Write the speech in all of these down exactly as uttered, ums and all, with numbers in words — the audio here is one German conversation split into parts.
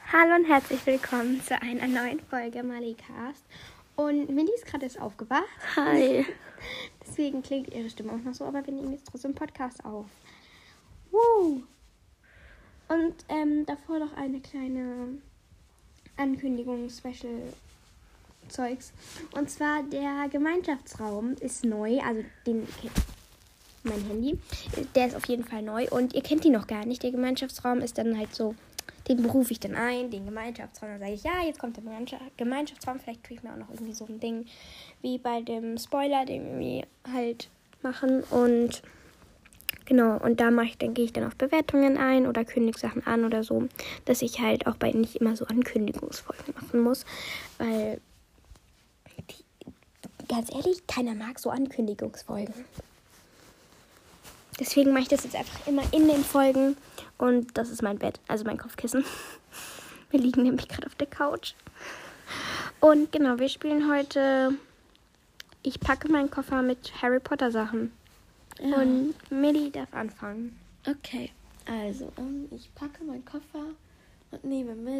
Hallo und herzlich willkommen zu einer neuen Folge Malicast. Und Millie ist gerade erst aufgewacht. Hi. Deswegen klingt ihre Stimme auch noch so, aber wir nehmen jetzt trotzdem Podcast auf. Woo! Und ähm, davor noch eine kleine Ankündigung, Special-Zeugs. Und zwar der Gemeinschaftsraum ist neu, also den mein Handy, der ist auf jeden Fall neu und ihr kennt ihn noch gar nicht. Der Gemeinschaftsraum ist dann halt so, den berufe ich dann ein, den Gemeinschaftsraum. Dann sage ich, ja, jetzt kommt der Gemeinschaftsraum. Vielleicht tue ich mir auch noch irgendwie so ein Ding wie bei dem Spoiler, den wir halt machen. Und genau, und da mache ich, dann gehe ich dann auf Bewertungen ein oder kündige Sachen an oder so, dass ich halt auch bei nicht immer so Ankündigungsfolgen machen muss. Weil, die, ganz ehrlich, keiner mag so Ankündigungsfolgen. Deswegen mache ich das jetzt einfach immer in den Folgen. Und das ist mein Bett, also mein Kopfkissen. Wir liegen nämlich gerade auf der Couch. Und genau, wir spielen heute Ich packe meinen Koffer mit Harry Potter Sachen. Ja. Und Millie darf anfangen. Okay, also ähm, ich packe meinen Koffer und nehme mit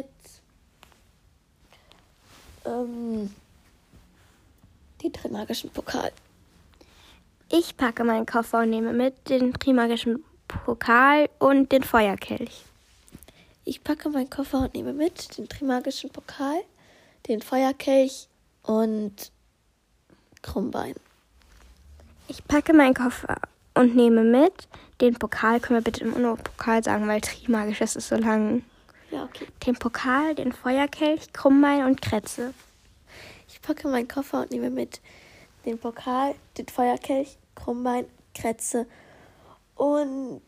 ähm, den Trimagischen Pokal. Ich packe meinen Koffer und nehme mit den Trimagischen Pokal und den Feuerkelch. Ich packe meinen Koffer und nehme mit den Trimagischen Pokal, den Feuerkelch und Krummbein. Ich packe meinen Koffer und nehme mit den Pokal. Können wir bitte nur Pokal sagen, weil Trimagisch ist es so lang. Ja, okay. Den Pokal, den Feuerkelch, Krummbein und Kretze. Ich packe meinen Koffer und nehme mit den Pokal, den Feuerkelch, Krummbein, Kretze und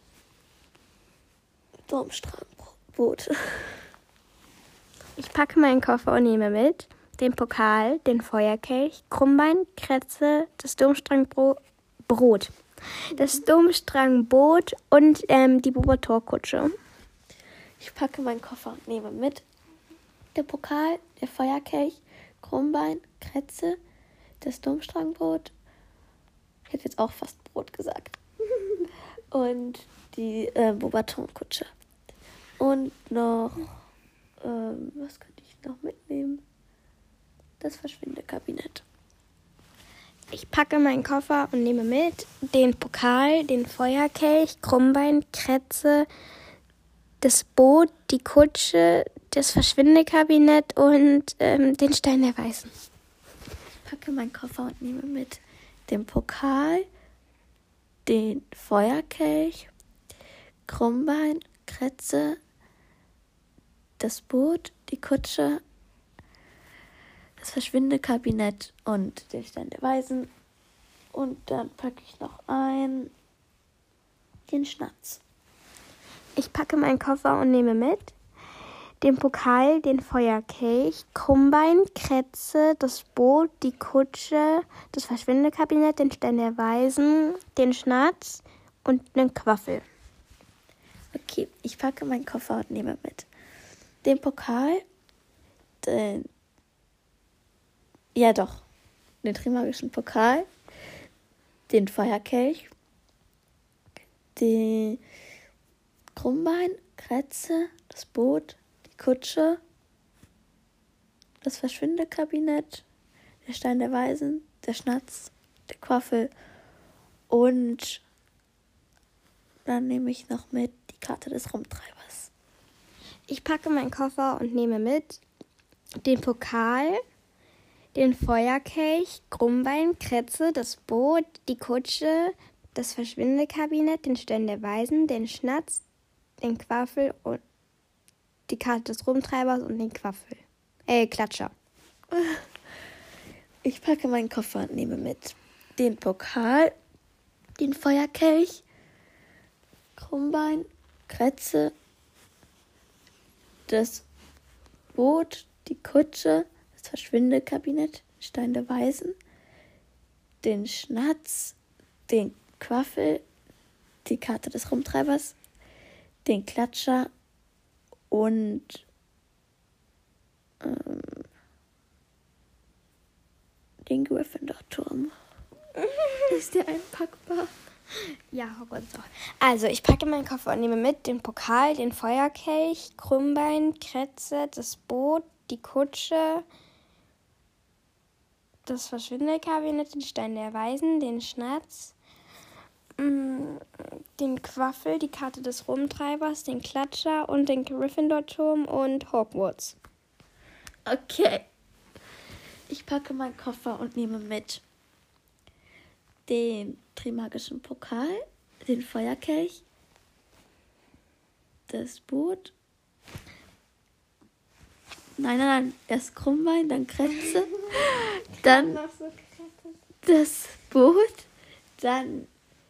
Durmstrangboot. Ich packe meinen Koffer und nehme mit den Pokal, den Feuerkelch, Krummbein, Kretze, das Durmstrangbrot, das Durmstrangboot und ähm, die Bubertorkutsche. Ich packe meinen Koffer und nehme mit der Pokal, der Feuerkelch, Krummbein, Kretze, das Durmstrangboot. Ich hätte jetzt auch fast Brot gesagt. Und die äh, Bubertonkutsche. Und noch, ähm, was könnte ich noch mitnehmen? Das Verschwindekabinett. Ich packe meinen Koffer und nehme mit den Pokal, den Feuerkelch, Krummbein, Kretze, das Boot, die Kutsche, das Verschwindekabinett und ähm, den Stein der Weisen. Ich packe meinen Koffer und nehme mit den Pokal, den Feuerkelch, Krummbein, Kretze, das Boot, die Kutsche, das Verschwindekabinett und den Stein der Weisen. Und dann packe ich noch ein den Schnatz. Ich packe meinen Koffer und nehme mit den Pokal, den Feuerkelch, Krummbein, Kretze, das Boot, die Kutsche, das Verschwindekabinett, den Stein der Weisen, den Schnatz und einen Quaffel. Okay, ich packe meinen Koffer und nehme mit den Pokal, den, ja doch, den Trimagischen Pokal, den Feuerkelch, den Krummbein, Kretze, das Boot, die Kutsche, das Verschwindekabinett, der Stein der Weisen, der Schnatz, der Quaffel und dann nehme ich noch mit die Karte des Rumtreibers. Ich packe meinen Koffer und nehme mit den Pokal, den Feuerkelch, Krummbein, Kretze, das Boot, die Kutsche, das Verschwindekabinett, den Stein der Weisen, den Schnatz, den Quaffel und die Karte des Rumtreibers und den Quaffel. Äh, Klatscher. Ich packe meinen Koffer und nehme mit den Pokal, den Feuerkelch, Krummbein, Kretze, das Boot, die Kutsche, das Verschwindekabinett, Stein der Weisen, den Schnatz, den Quaffel, die Karte des Rumtreibers, den Klatscher und ähm, den Gryffindor-Turm. Ist der einpackbar? Ja, Hogwarts auch. Also, ich packe meinen Koffer und nehme mit den Pokal, den Feuerkelch, Krummbein, Kretze, das Boot, die Kutsche, das Verschwindekabinett, den Stein der Weisen, den Schnatz, den Quaffel, die Karte des Rumtreibers, den Klatscher und den Gryffindor-Turm und Hogwarts. Okay. Ich packe meinen Koffer und nehme mit den Trimagischen Pokal, den Feuerkelch, das Boot. Nein, nein, nein. Erst Krummbein, dann Kretze, dann das Boot, dann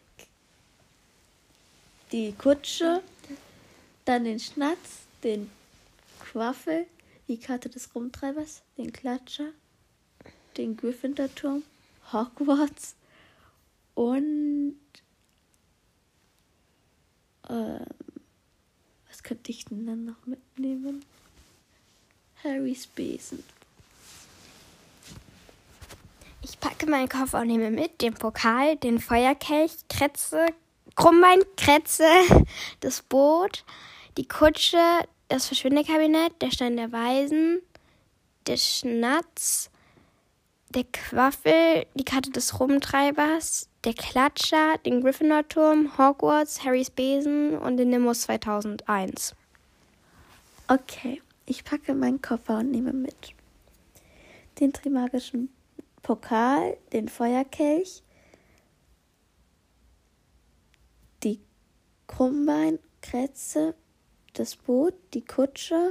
die Kutsche, dann den Schnatz, den Quaffel, die Karte des Rumtreibers, den Klatscher, den Gryffindor-Turm, Hogwarts und ähm, was könnte ich denn dann noch mitnehmen? Harrys Besen. Ich packe meinen Koffer und nehme mit den Pokal, den Feuerkelch, Kretze, Krummbein, Kretze, das Boot, die Kutsche, das Verschwindekabinett, der Stein der Weisen, der Schnatz, der Quaffel, die Karte des Rumtreibers, der Klatscher, den Gryffindor-Turm, Hogwarts, Harrys Besen und den Nimbus zweitausendeins. Okay, ich packe meinen Koffer und nehme mit den Trimagischen Pokal, den Feuerkelch, die Krummbein, Kretze, das Boot, die Kutsche,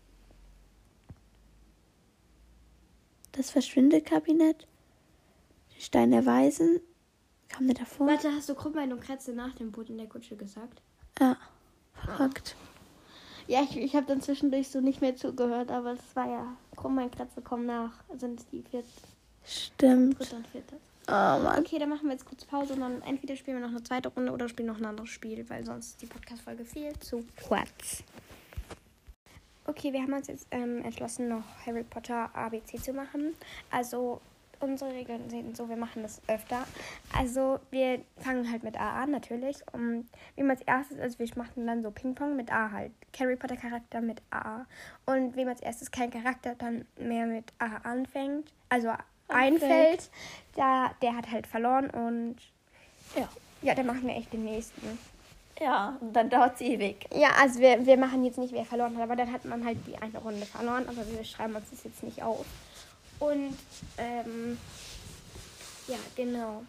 das Verschwindekabinett, der Stein der Weisen. Kam der davor? Warte, hast du Krummbein und Kretze nach dem Boot in der Kutsche gesagt? Ja, verrückt. Ja, ich, ich habe dann zwischendurch so nicht mehr zugehört, aber es war ja Krummbein, Kretze kommen nach. Sind es die vierte? Stimmt. Dritte und vierte. Oh Mann. Okay, dann machen wir jetzt kurz Pause und dann entweder spielen wir noch eine zweite Runde oder spielen noch ein anderes Spiel, weil sonst ist die Podcast-Folge viel zu kurz. Okay, wir haben uns jetzt ähm, entschlossen, noch Harry Potter A B C zu machen. Also, unsere Regeln sind so, wir machen das öfter. Also, wir fangen halt mit A an, natürlich. Um, wie man als erstes, also wir machen dann so Ping-Pong mit A halt. Harry Potter Charakter mit A. Und wem als erstes kein Charakter dann mehr mit A anfängt, also einfällt, da, der hat halt verloren und Ja. ja, dann machen wir echt den nächsten. Ja, und dann dauert es ewig. Ja, also wir, wir machen jetzt nicht, wer verloren hat, aber dann hat man halt die eine Runde verloren, aber wir schreiben uns das jetzt nicht auf. Und, ähm, ja, genau.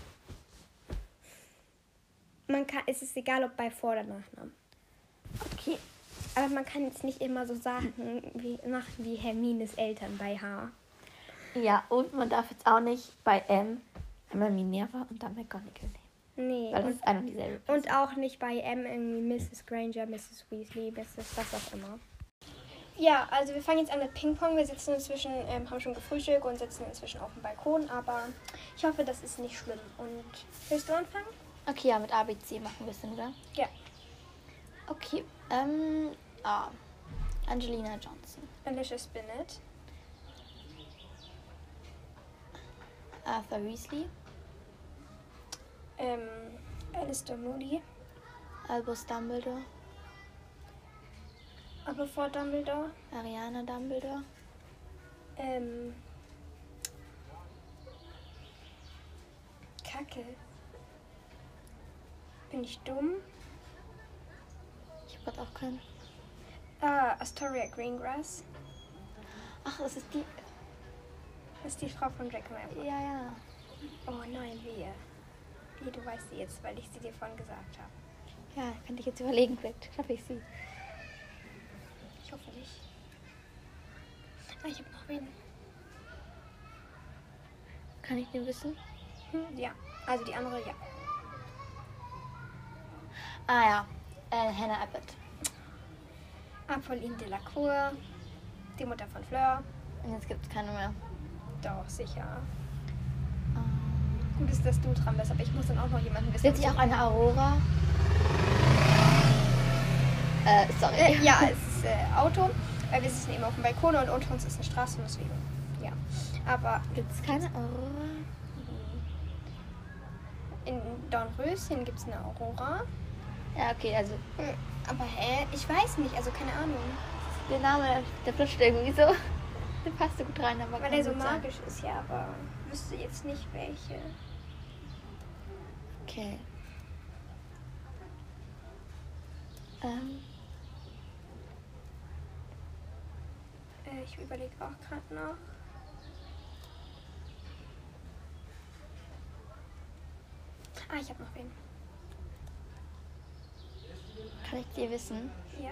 Man kann, es ist egal, ob bei Vor- oder Nachnamen. Okay. Aber man kann jetzt nicht immer so Sachen wie, machen wie Hermines Eltern bei H. Ja, und man darf jetzt auch nicht bei M einmal Minerva und dann McGonagall nehmen. Nee. Weil das und, ist ein und dieselbe Person. und auch nicht bei M irgendwie Misses Granger, Misses Weasley, Misses was auch immer. Ja, also wir fangen jetzt an mit Ping-Pong. Wir sitzen inzwischen, ähm, haben schon gefrühstückt und sitzen inzwischen auf dem Balkon, aber ich hoffe, das ist nicht schlimm. Und willst du anfangen? Okay, ja, mit A B C machen wir es dann, oder? Ja. Okay, ähm, A. Angelina Johnson. Alicia Spinnet. Arthur Weasley. Ähm, Alistair Moody. Albus Dumbledore. Aberforth Dumbledore. Ariana Dumbledore. Ähm, Kacke. Bin ich dumm? Ich hab grad auch keinen. Ah, Astoria Greengrass. Ach, das ist die. Das ist die Frau von Draco Malfoy. Ja, ja. Oh nein, wie? Wie, du weißt sie jetzt, weil ich sie dir vorhin gesagt habe. Ja, könnte ich jetzt überlegen, vielleicht schaffe ich sie. Ich hoffe nicht. Ah, ich habe noch wen. Kann ich den wissen? Hm, ja, also die andere, ja. Ah ja, äh, Hannah Abbott. Apolline Delacour, die Mutter von Fleur. Und jetzt gibt es keine mehr. Doch, sicher. Ähm, Gut ist, dass du dran bist, aber ich muss dann auch noch jemanden wissen. Wird sie auch eine Aurora? Äh, sorry. Äh, ja, es ist äh, Auto, weil wir sitzen eben auf dem Balkon und unter uns ist eine Straße und deswegen, ja. Aber Gibt es keine Aurora? In Dornröschen gibt es eine Aurora. Ja, okay, also Hm, Aber hä? Ich weiß nicht, also keine Ahnung. der Name, der flutscht irgendwie so. Der passt so gut rein, aber Weil kann der so gut sein. magisch ist, ja, aber wüsste jetzt nicht welche. Okay. Ähm, Äh, ich überlege auch gerade noch. Ah, ich habe noch wen. kann ich dir wissen? Ja.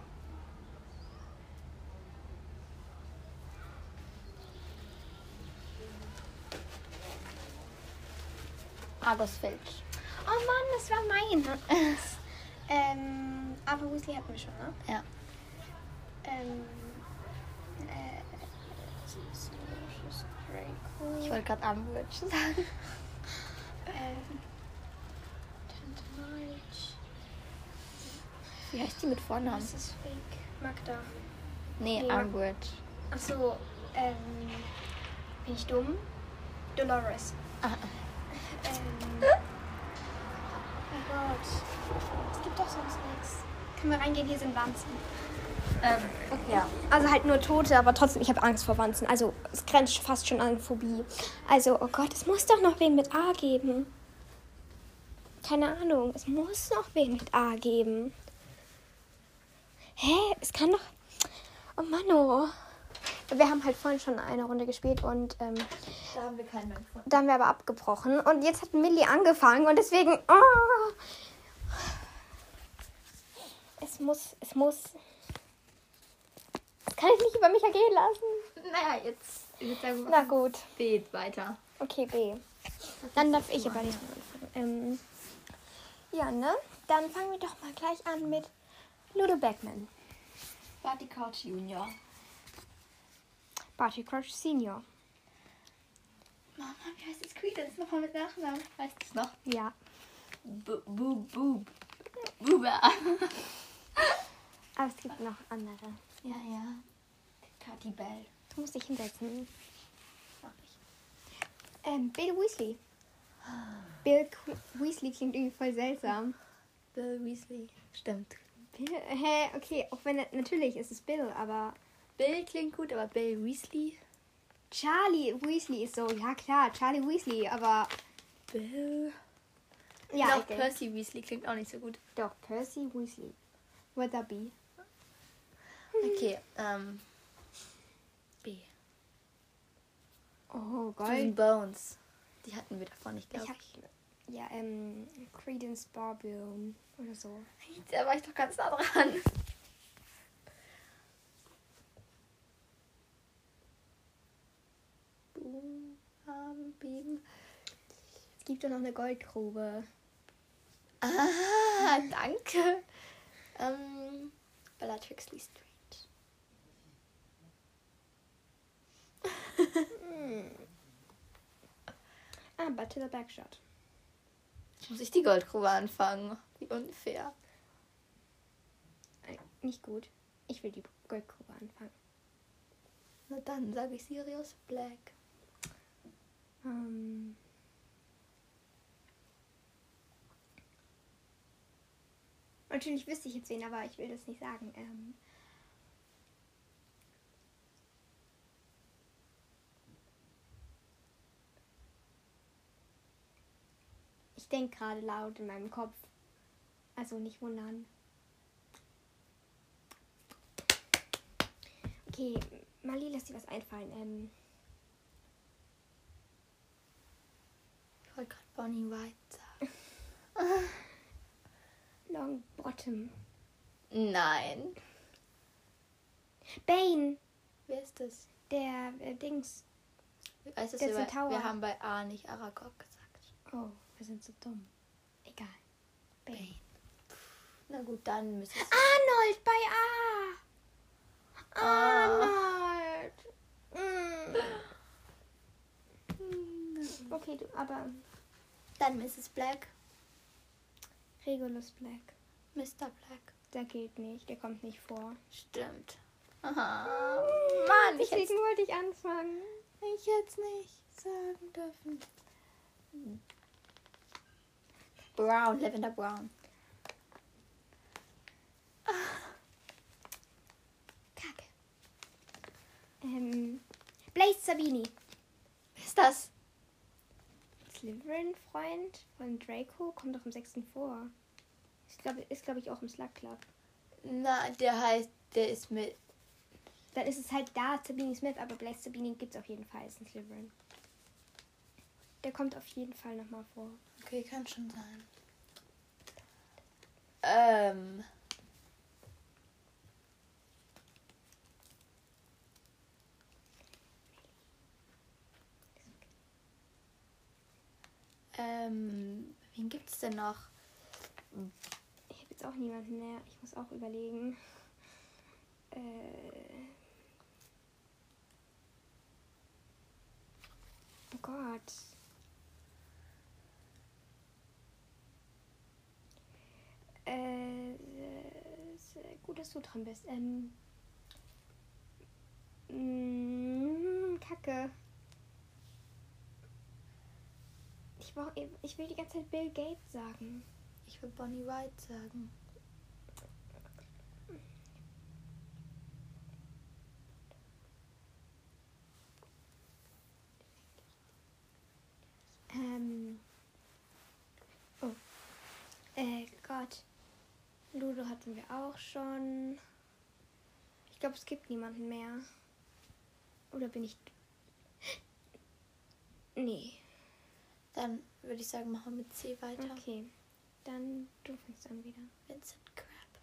Argus Filch. Oh Mann, das war meine. ähm, aber Weasley hatten wir schon, ne? Ja. Ähm, äh, Suspicious Draco. Ich wollte gerade Umbridge sagen. Ähm, Tante March. Wie heißt die mit Vornamen? Das ist fake. Magda. Nee, Nee, Umbridge. Achso, ähm, bin ich dumm? Dolores. Ah, Ähm, oh Gott. Es gibt doch sonst nichts. Können wir reingehen? Hier sind Wanzen. ähm, ja. Also halt nur Tote, aber trotzdem, ich habe Angst vor Wanzen. Also es grenzt fast schon an Phobie. Also, oh Gott, es muss doch noch wen mit A geben. Keine Ahnung, es muss noch wen mit A geben. Hä? Es kann doch... Oh Mann, oh. Wir haben halt vorhin schon eine Runde gespielt und ähm, Da haben wir keinen mehr gefunden. da haben wir aber abgebrochen. Und jetzt hat Millie angefangen und deswegen... Oh, es muss, es muss... Das kann ich nicht über mich ergehen lassen. Naja, jetzt. Ich würde sagen, wir Na machen gut. B weiter. Okay, B. Dann darf ich aber nicht anfangen. Ähm, ja, ne? Dann fangen wir doch mal gleich an mit Ludo Beckman. Barty Crouch Junior. Barty Crouch Senior. Mama, wie heißt das Credence nochmal mit Nachnamen? Weißt du es noch? Ja. Bu- Bub, Bub. Buba. Aber es gibt noch andere. Ja, ja. Katy Bell. Du musst dich hinsetzen. Mach ich. Ähm, Bill Weasley. Bill Qu- Weasley klingt irgendwie voll seltsam. Bill Weasley. Stimmt. Bill, hä, okay, auch wenn, natürlich ist es Bill, aber Bill klingt gut, aber Bill Weasley? Charlie Weasley ist so, ja klar, Charlie Weasley, aber Bill? ja, Doch, ich denk- Percy Weasley klingt auch nicht so gut. doch, Percy Weasley. Weatherby. Okay, ähm. B. Oh, Susan geil. Bones. Die hatten wir davon nicht, Ich glaube hab, ich. ja, ähm, Credence Barbion oder so. Da war ich doch ganz nah dran. Boom, Bam, Bim. Es gibt doch noch eine Goldgrube. Ah, danke. Ähm, Bellatrix Lestrange. Ah, Butler Backshot. Muss ich die Goldgrube anfangen? Wie unfair. Äh, nicht gut. Ich will die Goldgrube anfangen. Na dann sage ich Sirius Black. Ähm. Natürlich wüsste ich jetzt wen, aber ich will das nicht sagen. Ähm. Ich denke gerade laut in meinem Kopf. Also nicht wundern. Okay, Mali, lass dir was einfallen. Ähm, Ich wollte gerade Bonnie White sagen. Long Bottom. Nein. Bane, Wer ist das? der äh, Dings. Weißt du, Der wir, Centaur. wir haben bei A nicht Aragog gesagt. Oh, wir sind so dumm. Egal. Bane. Bane. Na gut, dann müsste es... Arnold bei A. Ah. Arnold. Mm. Okay, du, aber Dann Misses Black. Regulus Black. Mister Black. Der gilt nicht, der kommt nicht vor. Stimmt. Aha. Mann, ich hätte Deswegen wollte ich anfangen. ich hätte es nicht sagen dürfen. Brown, Lavender Brown. Kacke. Ähm, Blaze Sabini. Wer ist das? Slytherin-Freund von Draco kommt doch im sechsten vor. Ich glaube, ist glaube ich auch im Slug Club. Na, der heißt, der ist mit. Dann ist es halt da Sabini Smith, aber Blaze Sabini gibt es auf jeden Fall, ist ein Slytherin. Der kommt auf jeden Fall nochmal vor. Okay, kann schon sein. Ähm. Ähm, wen gibt's denn noch? Ich habe jetzt auch niemanden mehr. Ich muss auch überlegen. Äh. Oh Gott. Äh, gut, dass du dran bist. Ähm. Mm, Kacke. Ich, brauch, ich will die ganze Zeit Bill Gates sagen. Ich will Bonnie Wright sagen. Ähm. Oh. Äh, Gott. Ludo hatten wir auch schon. Ich glaube, es gibt niemanden mehr. Oder bin ich... Nee. Dann würde ich sagen, machen wir mit C weiter. Okay. Dann du fängst an wieder. Vincent Crabbe.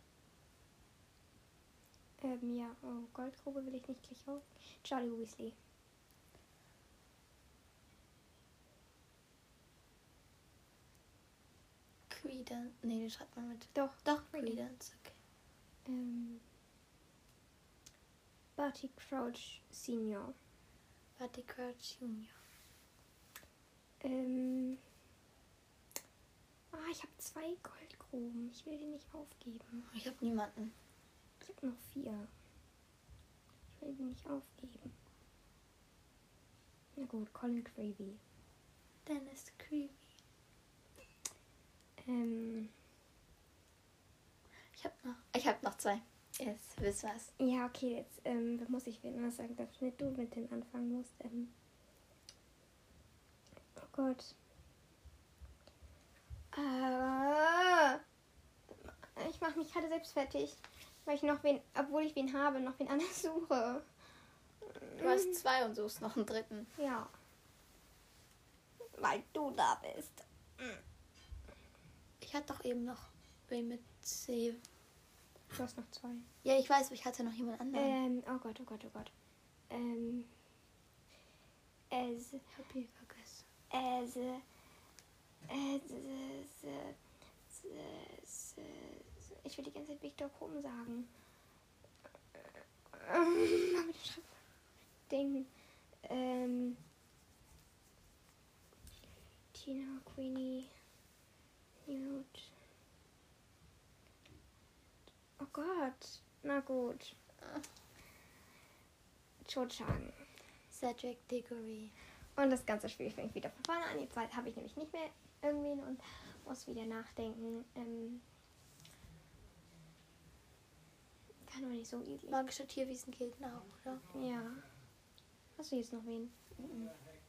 Ähm, ja. Oh, Goldgrube will ich nicht gleich auf. Charlie Weasley. Credence. Nee, den schreibt man mit. Doch. Doch, Credence. Credence, okay. Ähm. Barty Crouch Senior. Barty Crouch Junior. Ähm. Ah, ich habe zwei Goldgruben. Ich will die nicht aufgeben. Ich habe niemanden. Ich habe noch vier. Ich will die nicht aufgeben. Na gut, Colin Creevy. Dennis Creevy. Ähm. Ich habe noch. Ich habe noch zwei. Jetzt wissen wir es. Ja, okay, jetzt ähm, muss ich wen anders sagen, dass nicht du mit dem anfangen musst. Ähm. Oh Gott. Äh, ich mache mich gerade selbst fertig, weil ich noch wen, obwohl ich wen habe, noch wen anders suche. Du hast zwei und suchst noch einen dritten. Ja. Weil du da bist. Ich hatte doch eben noch wen mit C. Du hast noch zwei. Ja, ich weiß, aber ich hatte noch jemand anderen. Ähm, oh Gott, oh Gott, oh Gott. Ähm. Es. Hab ich vergessen. Es. Es. Es. Es. Ich will die ganze Zeit Victor Krumm sagen. Aber das schreibt Ding. Ähm. Tina, Queenie, Newt. Oh Gott. Na gut. Cho Chang. Cedric Diggory. Und das ganze Spiel fängt wieder von vorne an. Die Zeit habe ich nämlich nicht mehr irgendwie und muss wieder nachdenken. Ähm, kann doch nicht so easy. Magische Tierwesen gelten auch, oder? Ja. Hast du jetzt noch wen? Mhm.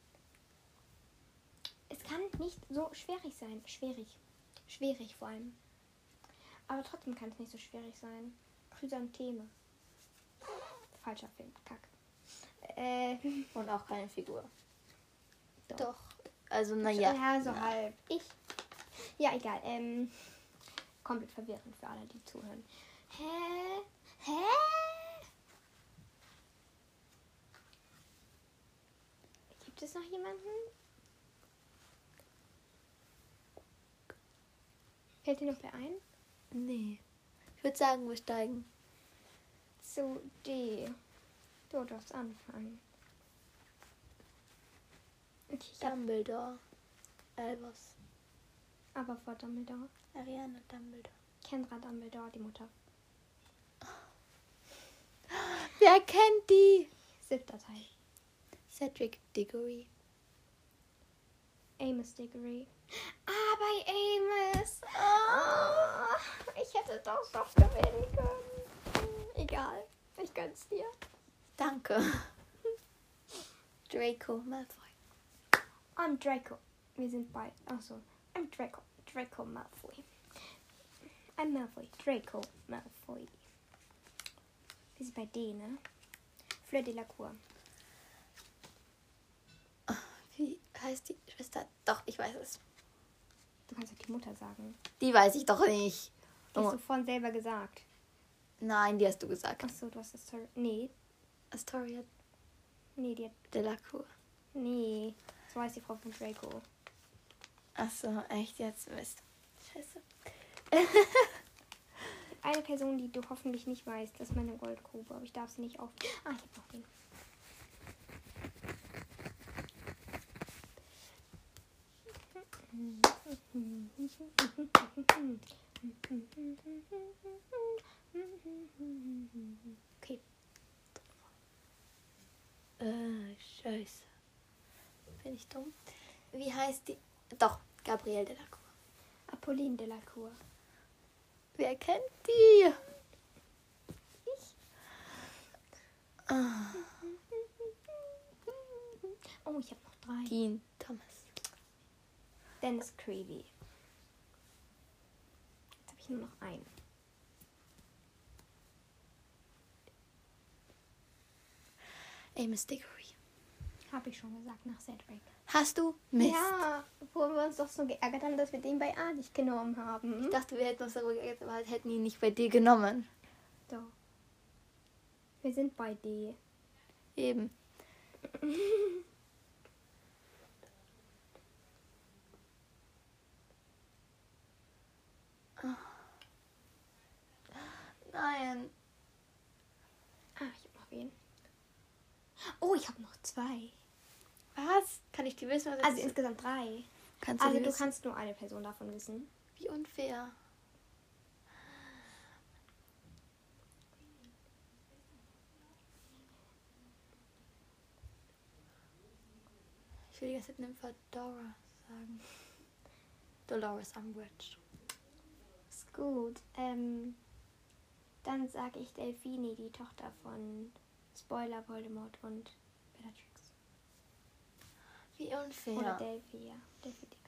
Es kann nicht so schwierig sein. Schwierig. Schwierig vor allem. Aber trotzdem kann es nicht so schwierig sein. Chrysantheme. Falscher Film. Kack. Äh, Und auch keine Figur. Doch. Doch. Also, naja. Ja, so Na. halb. Ich. Ja, egal. Ähm, komplett verwirrend für alle, die zuhören. Hä? Hä? Gibt es noch jemanden? Fällt dir noch wer ein? Nee. Ich würde sagen, wir steigen. Zu D. Du darfst anfangen. Okay, ich hab Dumbledore. Albus. aber vor Dumbledore. Ariana Dumbledore. Kendra Dumbledore, die Mutter. Wer kennt die? Siebter Teil. Cedric Diggory. Amos Diggory. Ah, bei Amos. Oh, ich hätte doch noch gewinnen können. Egal, ich gönn's dir. Danke. Draco Malfoy. I'm Draco. Wir sind bei... Achso. I'm Draco. Draco Malfoy. I'm Malfoy. Draco Malfoy. Wir sind bei D, ne? Fleur de la Cour. Wie heißt die Schwester? Doch, ich weiß es. Du kannst doch die Mutter sagen. Die weiß ich doch nicht. Die hast Oh. du vorhin selber gesagt. Nein, die hast du gesagt. Achso, du hast das... Tor- Nee. Astoria Nee, die hat... Delacour. Nee. So heißt die Frau von Draco. Achso, echt jetzt? Mist. Scheiße. Eine Person, die du hoffentlich nicht weißt, das ist meine Goldgrube. Aber ich darf sie nicht auf... Ah, ich hab noch den. Okay. Äh, scheiße. Bin ich dumm? Wie heißt die? Doch, Gabrielle Delacour. Apolline de la Cour. Wer kennt die? Ich. Ah, Oh, ich habe noch drei. Dean Thomas. Dennis Creevy. Jetzt habe ich nur noch einen. Amos Diggory. Habe ich schon gesagt, nach Cedric. Hast du? Mist. Ja, wo wir uns doch so geärgert haben, dass wir den bei A nicht genommen haben. Ich dachte, wir hätten uns darüber geärgert, aber hätten ihn nicht bei dir genommen. So. Wir sind bei D. Eben. Nein. Ah, ich habe noch wen. Oh, ich habe noch zwei. Was? Kann ich die wissen? Was Also das ist? insgesamt drei. Kannst du Also die du wissen? kannst nur eine Person davon wissen. Wie unfair. Ich will die ganze Zeit Nymphadora sagen. Dolores Umbridge. Ist gut. Ähm, dann sage ich Delphine, die Tochter von Spoiler, Voldemort und Bellatrix. Wie unfair. Oder Delphi, ja. Delphi Diggory.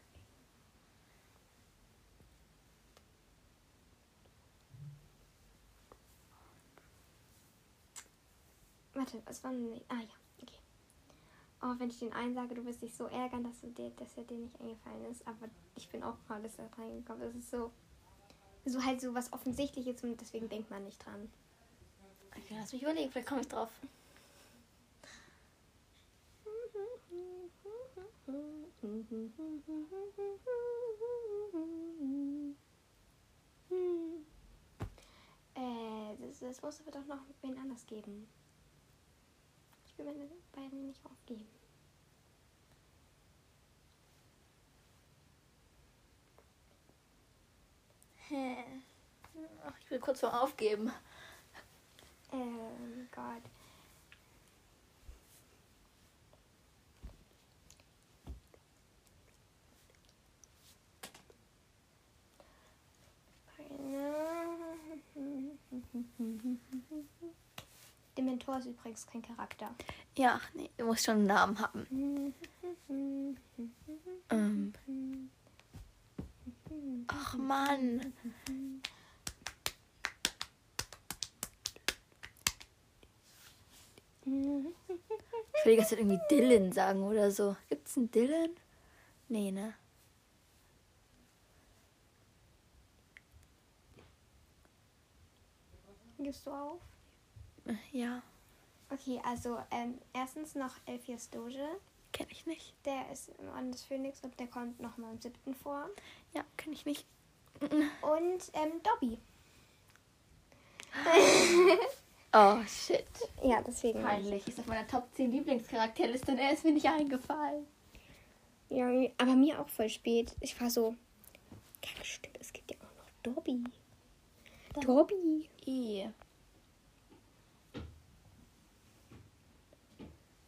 Warte, was war denn... Ah ja, okay. Oh, wenn ich den einen sage, du wirst dich so ärgern, dass, du dir, dass er dir nicht eingefallen ist. Aber ich bin auch mal da reingekommen. Das ist so... So halt so was Offensichtliches und deswegen denkt man nicht dran. Okay, lass mich überlegen, vielleicht komme ich drauf. Äh, das, das muss aber doch noch wen anders geben. Ich will meine beiden nicht aufgeben. Hä? Ach, ich will kurz vorm Aufgeben. Ähm, Gott. Dementor ist übrigens kein Charakter. Ja, nee, du musst schon einen Namen haben. Ähm. Ach Mann. Ich will die ganze Zeit irgendwie Dylan sagen oder so. Gibt's einen Dylan? Nee, ne? Gibst du auf? Ja, Okay, also ähm, erstens noch Elphias Doge. kenne ich nicht. Der ist im Orden des Phönix und der kommt nochmal im siebten vor. Ja, kenne ich nicht. Und ähm, Dobby. Oh, shit. Ja, deswegen. Peinlich. Ist auf meiner Top zehn Lieblingscharakterliste und er ist mir nicht eingefallen. Ja, aber mir auch voll spät. Ich war so, ja, stimmt, es gibt ja auch noch Dobby. Dobby. I.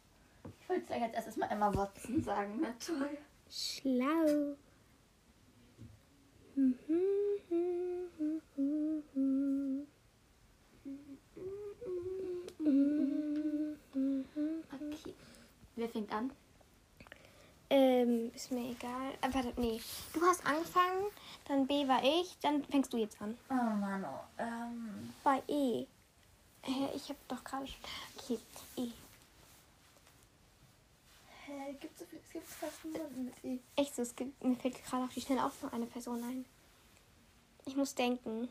Ich wollte gleich als erstes mal Emma Watson sagen. Na toll. Schlau. Okay. Wer fängt an? Ähm, ist mir egal. Äh, warte, nee. Du hast angefangen, dann B war ich, dann fängst du jetzt an. Oh Mann, oh. Ähm. Bei E. Hä, ich hab doch gerade schon... Okay, E. Hä, gibt so viel, es gibt fast niemanden mit E. Echt so, es gibt, mir fällt gerade auf die Schnelle auch nur eine Person ein. Ich muss denken.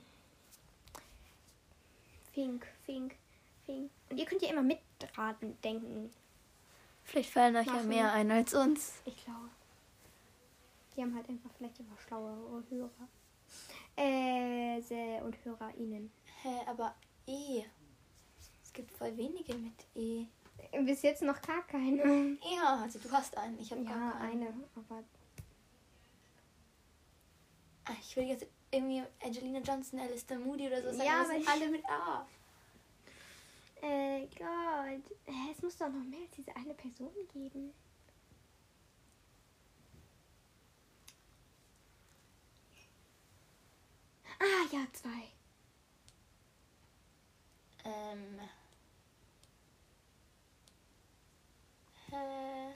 Fink, Fink, Fink. Und ihr könnt ja immer mitraten, denken. Vielleicht fallen euch ja Machen. mehr ein als uns. Ich glaube. Die haben halt einfach vielleicht immer schlauere Hörer. Äh, Se- und HörerInnen. Hä, aber E. Es gibt voll wenige mit E. Bis jetzt noch gar keine. Ja, also du hast einen, ich habe Ja, gar keinen. eine, aber Ah, ich will jetzt irgendwie Angelina Johnson, Alistair Moody oder so sagen, Ja, aber aber sind ich- alle mit A. Äh, Gott. Hä, Es muss doch noch mehr als diese eine Person geben. Ah, ja, zwei. Ähm. Hä?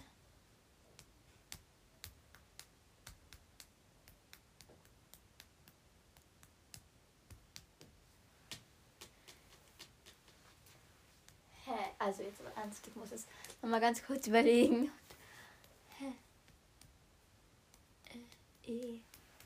Hä? Also jetzt aber ernst, ich muss es nochmal ganz kurz überlegen. Hä? Äh, E.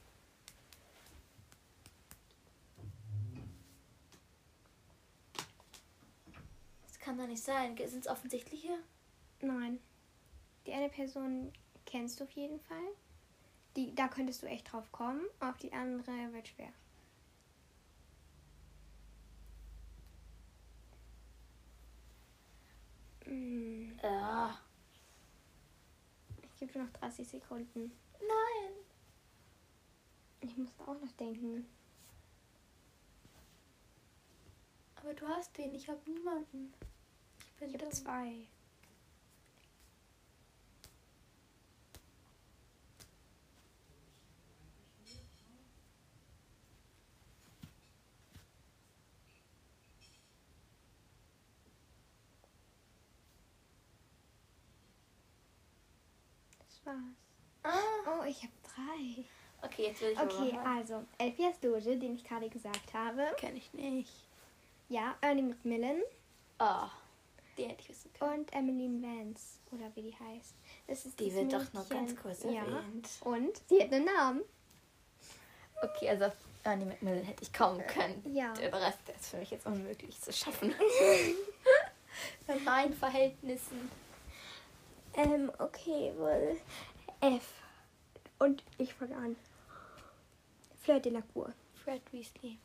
Das kann doch nicht sein. Sind es offensichtliche? Nein. Die eine Person kennst du auf jeden Fall. Die, da könntest du echt drauf kommen. Auf die andere wird schwer. Hm, Ja. Ich gebe dir noch dreißig Sekunden. Nein. Ich muss auch noch denken. Aber du hast den, ich habe niemanden. Ich bin Ich habe dumm. zwei. Das war's. Ah. Oh, ich habe drei. Okay, jetzt will ich aber Okay, mal. also Elfias Doge, den ich gerade gesagt habe. Kenn ich nicht. Ja, Ernie McMillan Oh, die hätte ich wissen können. und Emmeline Vance, oder wie die heißt. Das ist Die das wird doch noch Mädchen. ganz kurz Ja. erwähnt. Und sie hat einen Namen. Okay, also auf Ernie McMillan hätte ich kommen können. Ja. Der Rest der ist für mich jetzt unmöglich zu schaffen. Bei meinen Verhältnissen. Ähm, okay, wohl. F. Und ich fange an. Fleur de la Cour. Fred Weasley.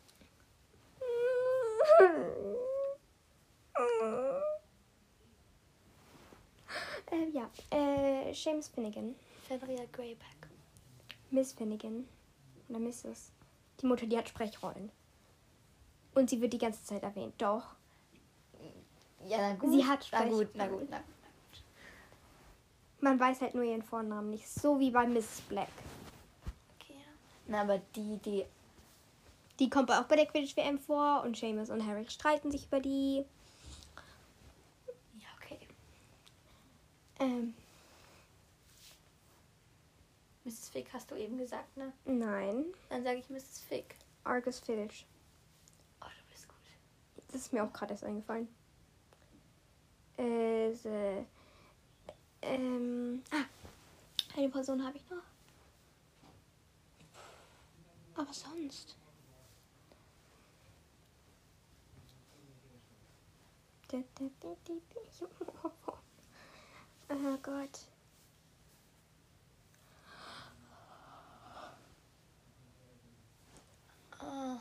äh, ja, äh, James Finnegan. Fenrir Greyback. Miss Finnegan. Oder Missus Die Mutter, die hat Sprechrollen. Und sie wird die ganze Zeit erwähnt. Doch. Ja, na gut. Sie hat Na gut, Sprech- na gut, na gut. Man weiß halt nur ihren Vornamen nicht. So wie bei Missus Black. Okay, ja. Na, aber die, die. Die kommt auch bei der Quidditch-W M vor. Und Seamus und Harry streiten sich über die. Ja, okay. Ähm, Missus Fick hast du eben gesagt, ne? nein. Dann sage ich Missus Fick. Argus Filch. Oh, du bist gut. Das ist mir auch gerade erst eingefallen. Äh, se- ähm, ah, eine Person habe ich noch. Aber sonst. Da, da, da, da, da. Oh Gott. Oh.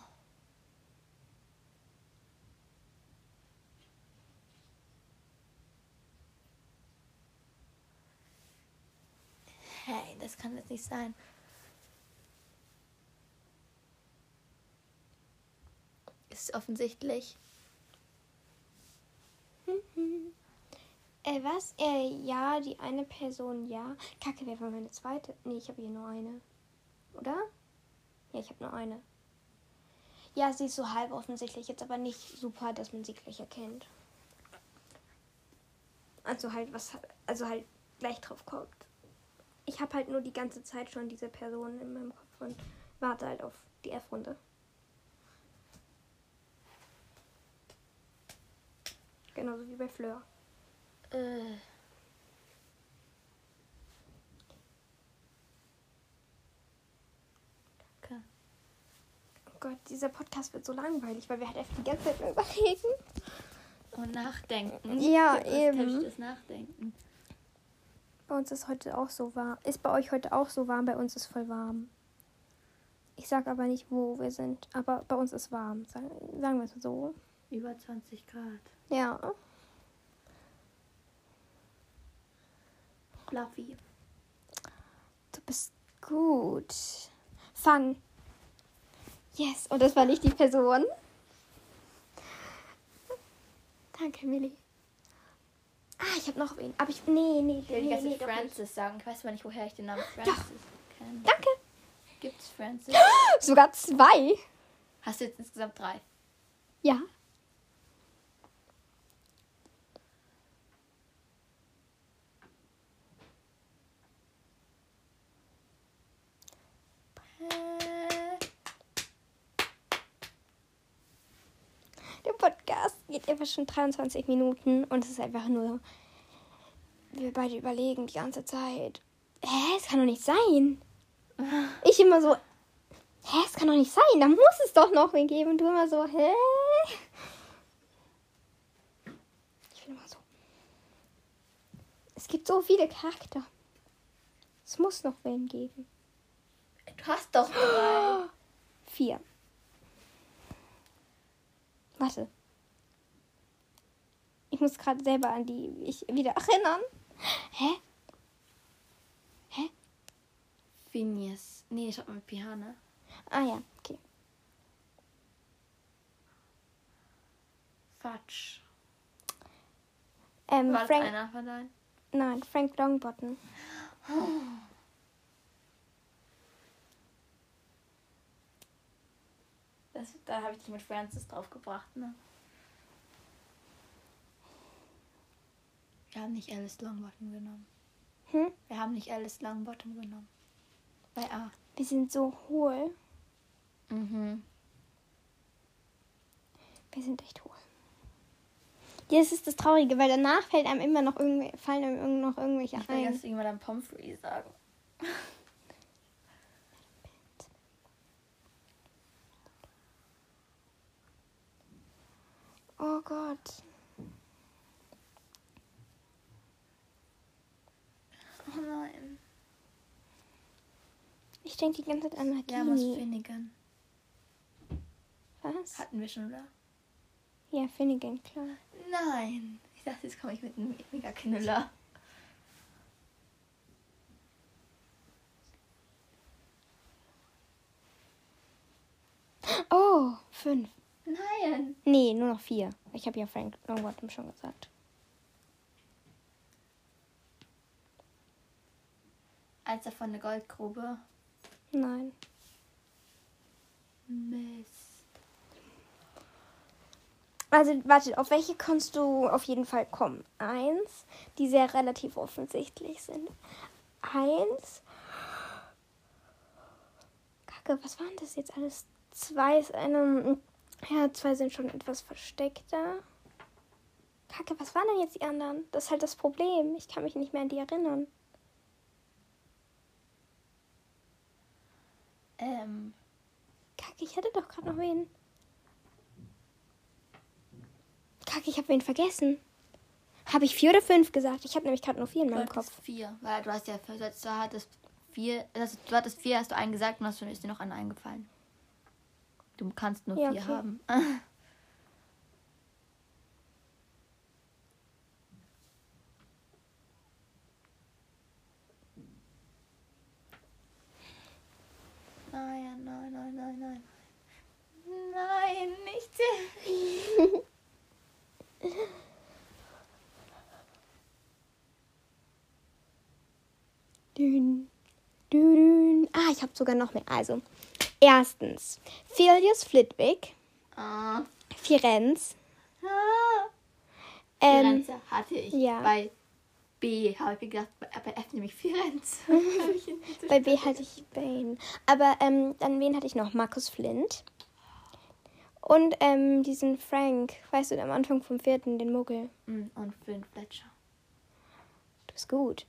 Hey, das kann jetzt nicht sein. Ist offensichtlich. Äh, was? Äh, ja, die eine Person, ja. Kacke, wer war meine zweite? Nee, ich habe hier nur eine. Oder? Ja, ich habe nur eine. Ja, sie ist so halb offensichtlich, jetzt aber nicht super, dass man sie gleich erkennt. Also halt, was, also halt gleich drauf kommt. Ich habe halt nur die ganze Zeit schon diese Person in meinem Kopf und warte halt auf die F-Runde. Genauso wie bei Fleur. Äh. Danke. Oh Gott, dieser Podcast wird so langweilig, weil wir halt einfach die ganze Zeit nur überlegen. Und nachdenken. Ja, Das eben. Das Nachdenken. Bei uns ist heute auch so warm. Ist bei euch heute auch so warm? Bei uns ist voll warm. Ich sag aber nicht, wo wir sind. Aber bei uns ist warm. Sagen, sagen wir es so. Über zwanzig Grad. Ja. Fluffy. Du bist gut. Fang. Yes. Und das war nicht die Person. Danke, Millie. Ah, ich habe noch wen. Aber ich. Nee, nee, Ich will die nee, ganze nee, Zeit doch Francis sagen. Ich weiß aber nicht, woher ich den Namen Francis kenne. nicht. Danke. Gibt's Francis? Sogar zwei. Hast du jetzt insgesamt drei? Ja. Der Podcast geht einfach schon dreiundzwanzig Minuten und es ist einfach nur, wir beide überlegen die ganze Zeit. Hä, es kann doch nicht sein. Ich immer so, hä, es kann doch nicht sein, da muss es doch noch wen geben. Und du immer so, hä? Ich bin immer so, es gibt so viele Charakter. Es muss noch wen geben. Du hast doch drei. Vier. Warte. Ich muss gerade selber an die ich wieder erinnern. Hä? Hä? Phineas. Nee, ich hab mit P H, ne? Ah ja, okay. Fatsch. Ähm, War das Frank. einer von deinen? Nein, Frank Longbottom. Das, da habe ich dich mit Francis draufgebracht, ne? Wir haben nicht Alice Longbottom genommen. Hm? Wir haben nicht Alice Longbottom genommen. Bei A. Wir sind so hohl. Mhm. Wir sind echt hohl. Das ist das Traurige, weil danach fällt einem immer noch irgendw- fallen einem irgend- noch irgendwelche Ich will ein. jetzt irgendwann dann Pomfrey sagen. Oh Gott. Oh nein. Ich denke die ganze Zeit an Ja, muss Nagini. Finnegan. Was? Hatten wir schon, oder? Ja, Finnegan, klar. Nein. Ich dachte, jetzt komme ich mit einem Mega-Knüller. Oh, fünf. Nein. Nee, nur noch vier. Ich habe ja Frank Longbottom schon gesagt. Eins davon eine Goldgrube. Nein. Mist. Also, warte, auf welche kannst du auf jeden Fall kommen? Eins, die sehr relativ offensichtlich sind. Eins. Kacke, was waren das jetzt alles? Zwei ist eine. Ja, zwei sind schon etwas versteckter. Kacke, was waren denn jetzt die anderen? Das ist halt das Problem. Ich kann mich nicht mehr an die erinnern. Ähm. Kacke, ich hatte doch gerade noch wen. Kacke, ich habe wen vergessen. Habe ich vier oder fünf gesagt? Ich habe nämlich gerade nur vier in Du meinem hattest Kopf. vier. Weil du hast ja, du hattest vier, also du hattest vier, hast du einen gesagt und hast, ist dir noch einer eingefallen. Du kannst nur Ja, vier okay. haben. Nein, nein, nein, nein, nein. Nein, nicht. Dün, dün. Ah, ich habe sogar noch mehr. Also, Erstens, Filius Flitwick, Ah. Firenze. Ah. Ähm, Firenze hatte ich. ja. Bei B habe ich gedacht, bei bei F nämlich Firenze. bei B hatte ich Bane. Aber ähm, dann wen hatte ich noch? Marcus Flint. Und ähm, diesen Frank, weißt du, am Anfang vom vierten, den Muggel. Mm, Und Flint Fletcher. Du bist gut.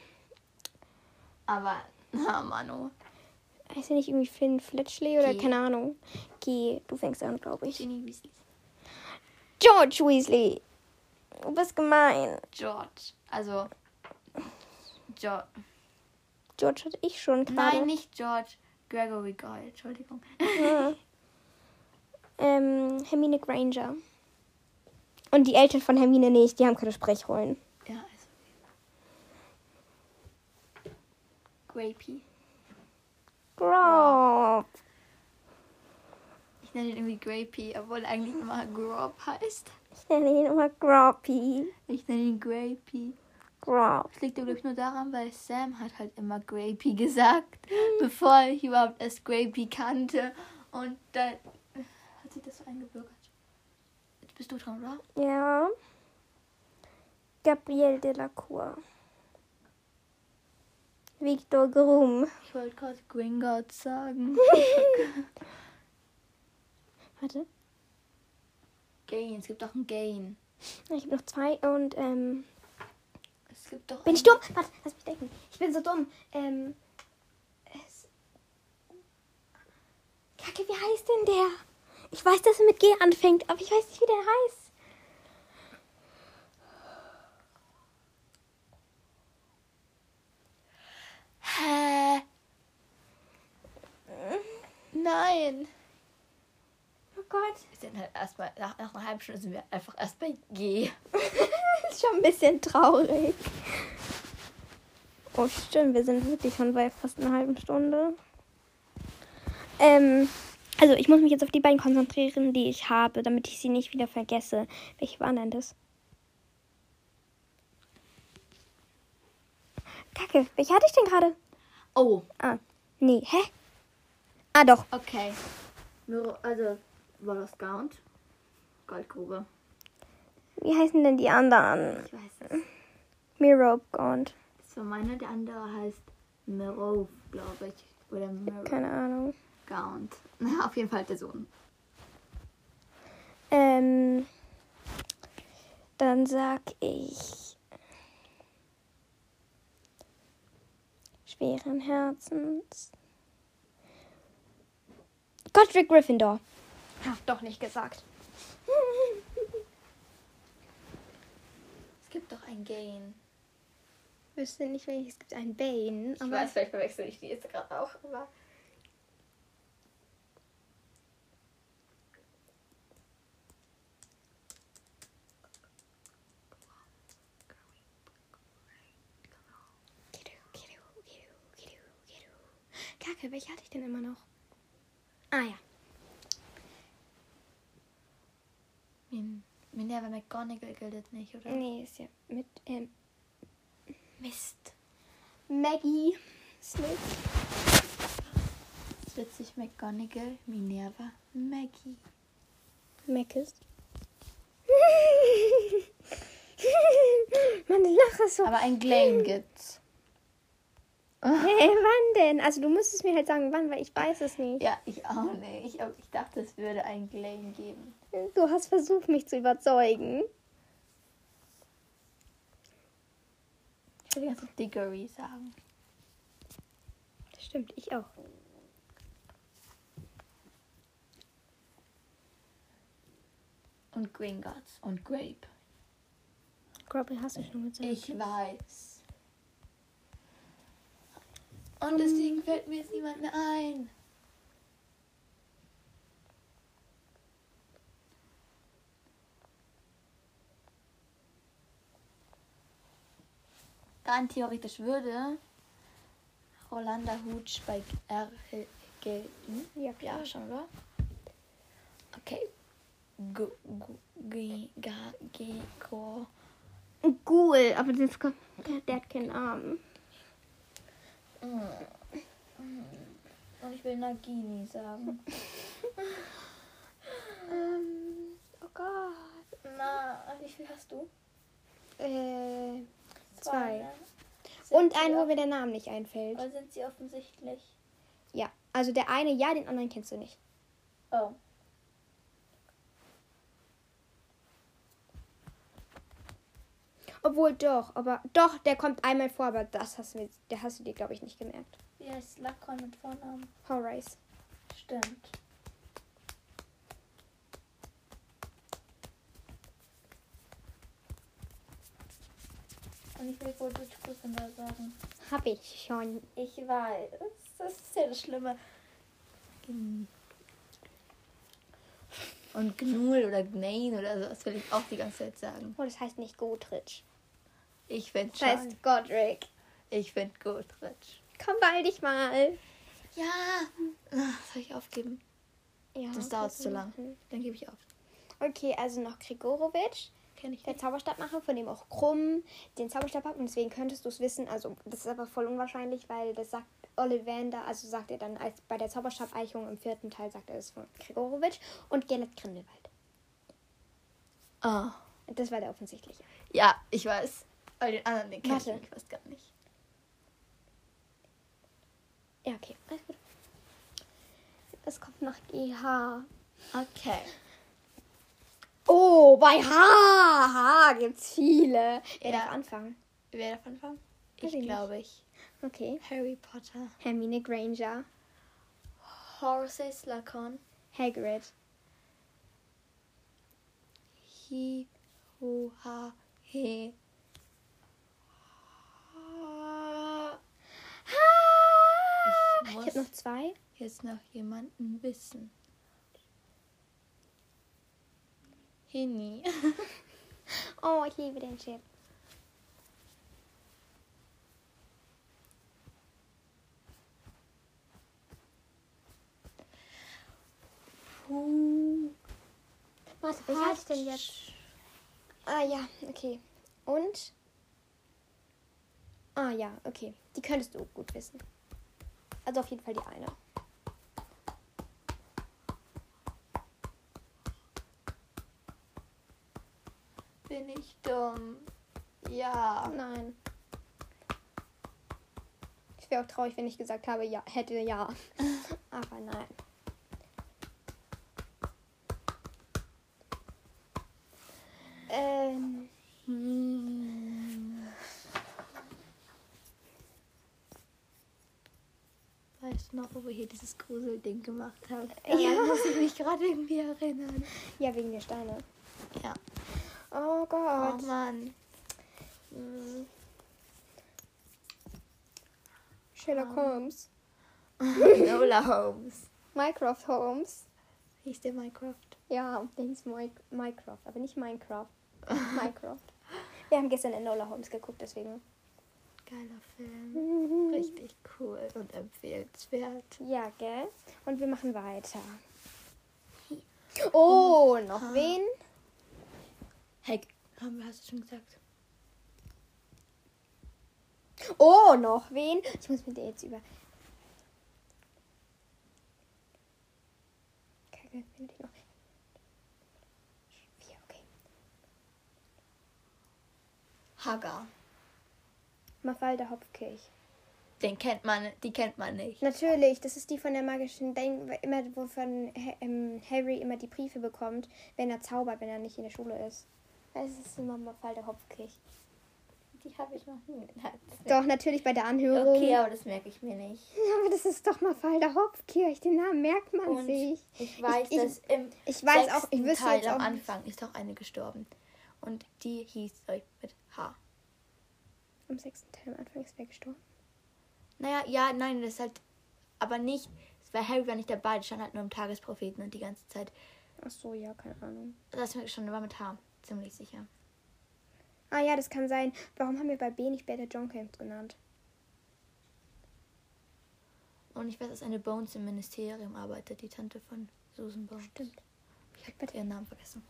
Aber, na Manu. Heißt er nicht irgendwie Flynn Fletchley oder G. keine Ahnung? G, du fängst an, glaube ich. Ginny Weasley. George Weasley. Du bist gemein. George. Also, George. George hatte ich schon gerade. Nein, nicht George. Gregory Goyle, Entschuldigung. Ja. ähm, Hermine Granger. Und die Eltern von Hermine nicht, die haben keine Sprechrollen. Ja, also. Grapey. Grob. Ich nenne ihn irgendwie Grapey, obwohl er eigentlich immer Grob heißt. Ich nenne ihn immer Groppy. Ich nenne ihn Grapey. Grob. Das liegt, glaube ich, nur daran, weil Sam hat halt immer Grapey gesagt, bevor ich überhaupt erst Grapey kannte. Und dann hat sich das so eingebürgert. Jetzt bist du dran, oder? Ja. Gabrielle Delacour. Victor Groom. Ich wollte gerade Gringotts sagen. Warte. Gain, es gibt auch einen Gain. Ich habe noch zwei und ähm. Es gibt doch Bin ich dumm? Warte, lass mich denken. Ich bin so dumm. Ähm. Es. Kacke, wie heißt denn der? Ich weiß, dass er mit G anfängt, aber ich weiß nicht, wie der heißt. Hä? Nein. Oh Gott. Wir sind halt erstmal, nach, nach einer halben Stunde sind wir einfach erst bei G. Das ist schon ein bisschen traurig. Oh, stimmt, wir sind wirklich schon bei fast einer halben Stunde. Ähm, also ich muss mich jetzt auf die beiden konzentrieren, die ich habe, damit ich sie nicht wieder vergesse. Welche waren denn das? Kacke, welche hatte ich denn gerade? Oh, Ah, nee, hä? Ah, doch. okay. Nur, also, Wallace Gaunt. Goldgrube. Wie heißen denn die anderen? Ich weiß es. Miro Gaunt. Das war meiner, der andere heißt Merov, glaube ich. Oder Merov Keine Ahnung. Gaunt. Na, auf jeden Fall der Sohn. Ähm, dann sag ich schweren Herzens. Godric Gryffindor. Hab doch nicht gesagt. Es gibt doch ein Gain. Ich wüsste nicht, welches. Es gibt einen Bane. Ich weiß, vielleicht verwechsel ich die jetzt gerade auch, aber... Kacke, welche hatte ich denn immer noch? Ah ja. Min Minerva McGonagall gilt nicht, oder? Nee, ist ja mit ähm, Mist. Maggie Smith. Das ist witzig, McGonagall, Minerva, Maggie. Meckes. Meine Lache ist so. Aber ein Glenn gibt's. Hä, wann denn? Also du müsstest mir halt sagen, wann, weil ich weiß es nicht. Ja, ich auch nicht. Ich, ich dachte, es würde ein Glenn geben. Du hast versucht, mich zu überzeugen. Ich würde die ganze Zeit Diggory sagen. Das stimmt, ich auch. Und Gringotts und Grape. Groppy hast du schon gesagt. Ich weiß. Und deswegen fällt mir jetzt niemand mehr ein. Rein theoretisch würde Rolanda Hooch bei R gelten. Ja, klar. Ja, schon, oder? Okay. G G G G Go. Ghoul, aber das kommt, der, der hat keinen Arm. Mm. Mm. Und ich will Nagini sagen. ähm, oh Gott. Na, wie viel hast du? Äh, zwei. Ne? Sind Und sie einen, wo off- mir der Name nicht einfällt. Oder sind sie offensichtlich? Ja, also der eine ja, den anderen kennst du nicht. Oh. Obwohl doch, aber doch, der kommt einmal vor, aber das hast du, mir- der hast du dir, glaube ich, nicht gemerkt. Wie heißt Lakon mit Vornamen? Horace. Stimmt. Und ich will wohl durch Gryffindor sagen. Hab ich schon. Ich weiß. Das ist ja das Schlimme. Und Gnul oder Gnain oder so, das will ich auch die ganze Zeit sagen. Oh, das heißt nicht Godrich. Ich finde Das schon. heißt Godric. Ich finde Godrich. Komm bald dich mal. Ja. Ach, soll ich aufgeben? Ja, Das dauert kannst du zu lang. machen. Dann gebe ich auf. Okay, also noch Grigorowitsch, Kenn ich der nicht. Zauberstabmacher, von dem auch Krumm den Zauberstab hat. Und deswegen könntest du es wissen. Also, das ist aber voll unwahrscheinlich, weil das sagt Ollivander, also sagt er dann als bei der Zauberstabeichung im vierten Teil, sagt er es von Grigorowitsch und Gellert Grindelwald. Ah. Das war der offensichtliche. Ja, ich weiß. Weil den anderen, den kenn ich Warte. nicht, fast gar nicht. Ja, okay, alles gut. Es kommt nach G H. Okay. Oh, bei H, H gibt's viele. Wer Ja. darf anfangen? Wer darf anfangen? Weiß Ich ich nicht. glaube ich. Okay. Harry Potter. Hermine Granger. Horace Lacon. Hagrid. Hi. Hu. Ha. He. Ha. Ich Ich muss habe noch zwei. jetzt noch jemanden wissen. Hinny. Oh, ich liebe den Chip. Puh. Warte, welche hatte ich denn jetzt? Ah ja, okay. Und? Ah ja, okay. Die könntest du gut wissen. Also auf jeden Fall die eine. Bin ich dumm? Ja. Nein. Ich wäre auch traurig, wenn ich gesagt habe, ja, hätte ja. Aber nein. Ähm, Hm. Weißt du noch, wo wir hier dieses Gruselding gemacht haben? Ja. Daran muss ich mich gerade irgendwie erinnern. ja, wegen der Steine. Ja. Oh Oh Gott. Mann. Hm. Sherlock Ah. Holmes. Nola Holmes. Mycroft Holmes. Hieß der Minecraft? Ja, der hieß My Mycroft, aber nicht Minecraft. Minecraft. Wir haben gestern Enola Holmes geguckt, deswegen. Geiler Film. Richtig cool und empfehlenswert. Ja, gell? Und wir machen weiter. Oh, noch wen? Hey, haben wir, hast du schon gesagt? Oh, noch wen? Ich muss mit dir jetzt über. Kacke, wen hatte ich noch? Vier, okay. Hagar. Mafalda Hopfkirch. Den kennt man, die kennt man nicht. Natürlich, das ist die von der magischen Denk, immer wovon Ha- ähm, Harry immer die Briefe bekommt, wenn er zaubert, wenn er nicht in der Schule ist. Das ist immer Mafalda Hopfkirch. Die habe ich noch nie. Nein, das Doch, natürlich bei der Anhörung. Okay, aber das merke ich mir nicht. Ja, aber das ist doch Mafalda Hopfkirch. Den Namen merkt man Und sich. ich weiß, Ich- ich- dass im Ich weiß auch, ich sechsten wüsste Teil jetzt am auch. Anfang ist auch eine gestorben. Und die hieß euch mit H. Am sechsten Teil am Anfang ist wer gestorben. Naja, ja, nein, das ist halt. Aber nicht. Weil Harry war nicht dabei, die stand halt nur im Tagespropheten und die ganze Zeit. Ach so, ja, keine Ahnung. Das ist schon war mit H. Ziemlich sicher. Ah ja, das kann sein. Warum haben wir bei B nicht Beta Jonkins genannt? Und ich weiß, dass eine Bones im Ministerium arbeitet, die Tante von Susan Bones. Stimmt. Ich habe ihren Namen vergessen.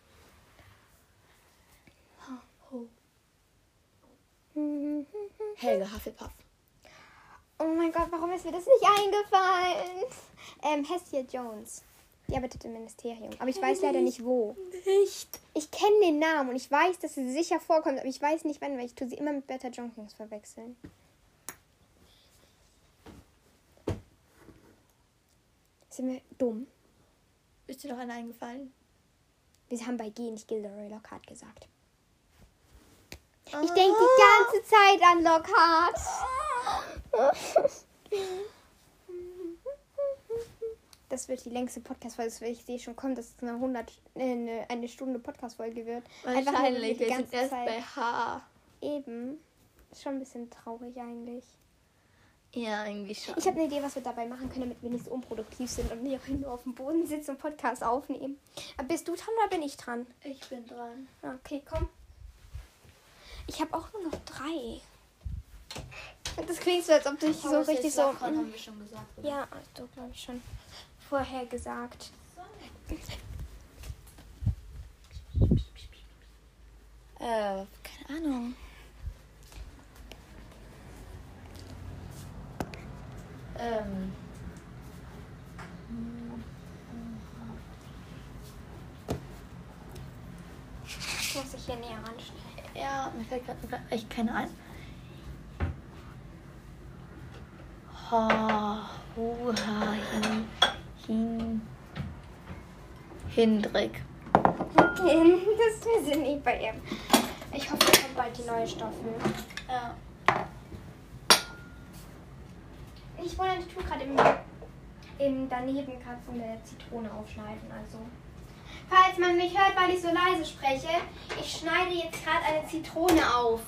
Oh. Helga Hufflepuff. Oh mein Gott, warum ist mir das nicht eingefallen? Ähm, Hestia Jones. Die arbeitet im Ministerium. Aber ich weiß leider nicht wo. Nicht. Ich kenne den Namen und ich weiß, dass sie sicher vorkommt, aber ich weiß nicht wann, weil ich tue sie immer mit Bertha Jenkins verwechseln. Sind wir dumm? Ist dir noch einer eingefallen? Wir haben bei G nicht Gilderoy Lockhart gesagt. Ah. Ich denke die ganze Zeit an Lockhart. Das wird die längste Podcast-Folge. Ich sehe schon, kommt, dass es eine, hundert, eine, eine Stunde Podcast-Folge wird. Einfach nur, weil Wahrscheinlich. die Wir ganze sind erst Zeit bei H. eben. Ist schon ein bisschen traurig eigentlich. Ja, irgendwie schon. Ich habe eine Idee, was wir dabei machen können, damit wir nicht so unproduktiv sind und nicht nur auf dem Boden sitzen und Podcast aufnehmen. Aber bist du dran oder bin ich dran? Ich bin dran. Okay, komm. Ich habe auch nur noch drei. Das klingt so, als ob du dich so richtig so... haben wir schon gesagt. Oder? Ja, du glaube ich schon vorher gesagt. Äh, keine Ahnung. Ähm. Ich muss dich hier näher ranstellen. Ja, mir fällt gerade echt keine ein. Ha, hu, ha, hin, hin, Hindrick. Okay, das wir sind nicht bei ihm. Ich hoffe, es kommt bald die neue Staffel. Ja. Ich wollte, ich tue gerade im, im daneben gerade von der Zitrone aufschneiden. Also, falls man mich hört, weil ich so leise spreche, ich schneide jetzt gerade eine Zitrone auf.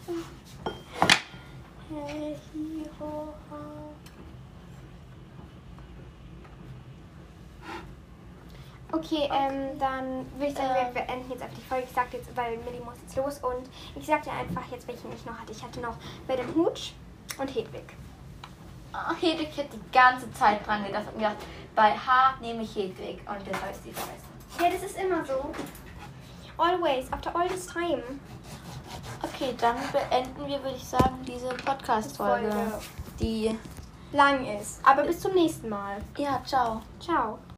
Okay, ähm, dann würde ich sagen, wir beenden jetzt einfach die Folge. Ich sagte jetzt, weil Millie muss jetzt los und ich sagte einfach jetzt, welchen ich noch hatte. Ich hatte noch Madame Hooch und Hedwig. Oh, Hedwig hat die ganze Zeit dran gedacht und gedacht, bei H nehme ich Hedwig und das heißt sie vergessen. Ja, das ist immer so. Always, after all this time. Okay, dann beenden wir, würde ich sagen, diese Podcast-Folge. Folge. Die. Lang ist. Aber bis zum nächsten Mal. Ja, ciao. Ciao.